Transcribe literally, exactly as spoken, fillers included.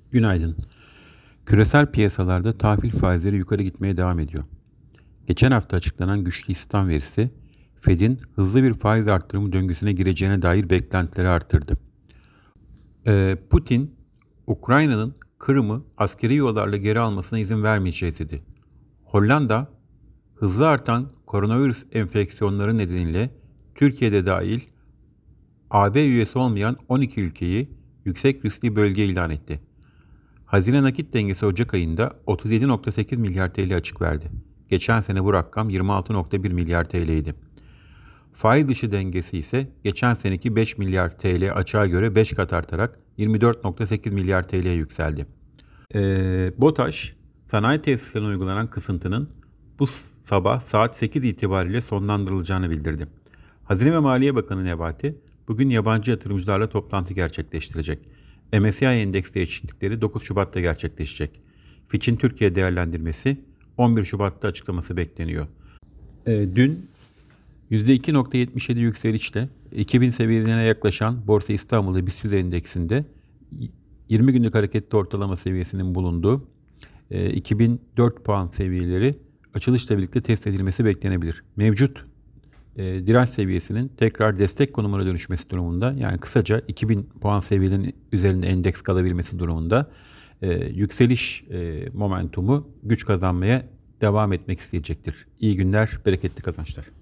Günaydın. Küresel piyasalarda tahvil faizleri yukarı gitmeye devam ediyor. Geçen hafta açıklanan güçlü istihdam verisi, Fed'in hızlı bir faiz arttırımı döngüsüne gireceğine dair beklentileri arttırdı. Ee, Putin, Ukrayna'nın Kırım'ı askeri yollarla geri almasına izin vermeyeceği dedi. Hollanda, hızlı artan koronavirüs enfeksiyonları nedeniyle Türkiye'de dahil A B üyesi olmayan on iki ülkeyi yüksek riskli bölge ilan etti. Hazine nakit dengesi Ocak ayında otuz yedi virgül sekiz milyar T L açık verdi. Geçen sene bu rakam yirmi altı virgül bir milyar T L'ydi. Faiz dışı dengesi ise geçen seneki beş milyar T L açığa göre beş kat artarak yirmi dört virgül sekiz milyar T L'ye yükseldi. Ee, BOTAŞ, sanayi tesislerine uygulanan kısıntının bu sabah saat sekiz itibariyle sonlandırılacağını bildirdi. Hazine ve Maliye Bakanı Nebati, bugün yabancı yatırımcılarla toplantı gerçekleştirecek. M S C I endeks değişiklikleri dokuz Şubat'ta gerçekleşecek. Fitch'in Türkiye değerlendirmesi on bir Şubat'ta açıklaması bekleniyor. E, dün yüzde iki virgül yetmiş yedi yükselişle iki bin seviyelerine yaklaşan Borsa İstanbul'da BIST yüz endeksinde yirmi günlük hareketli ortalama seviyesinin bulunduğu e, iki bin dört puan seviyeleri açılışla birlikte test edilmesi beklenebilir. Mevcut e, direnç seviyesinin tekrar destek konumuna dönüşmesi durumunda, yani kısaca iki bin puan seviyenin üzerinde endeks kalabilmesi durumunda e, yükseliş e, momentumu güç kazanmaya devam etmek isteyecektir. İyi günler, bereketli kazançlar.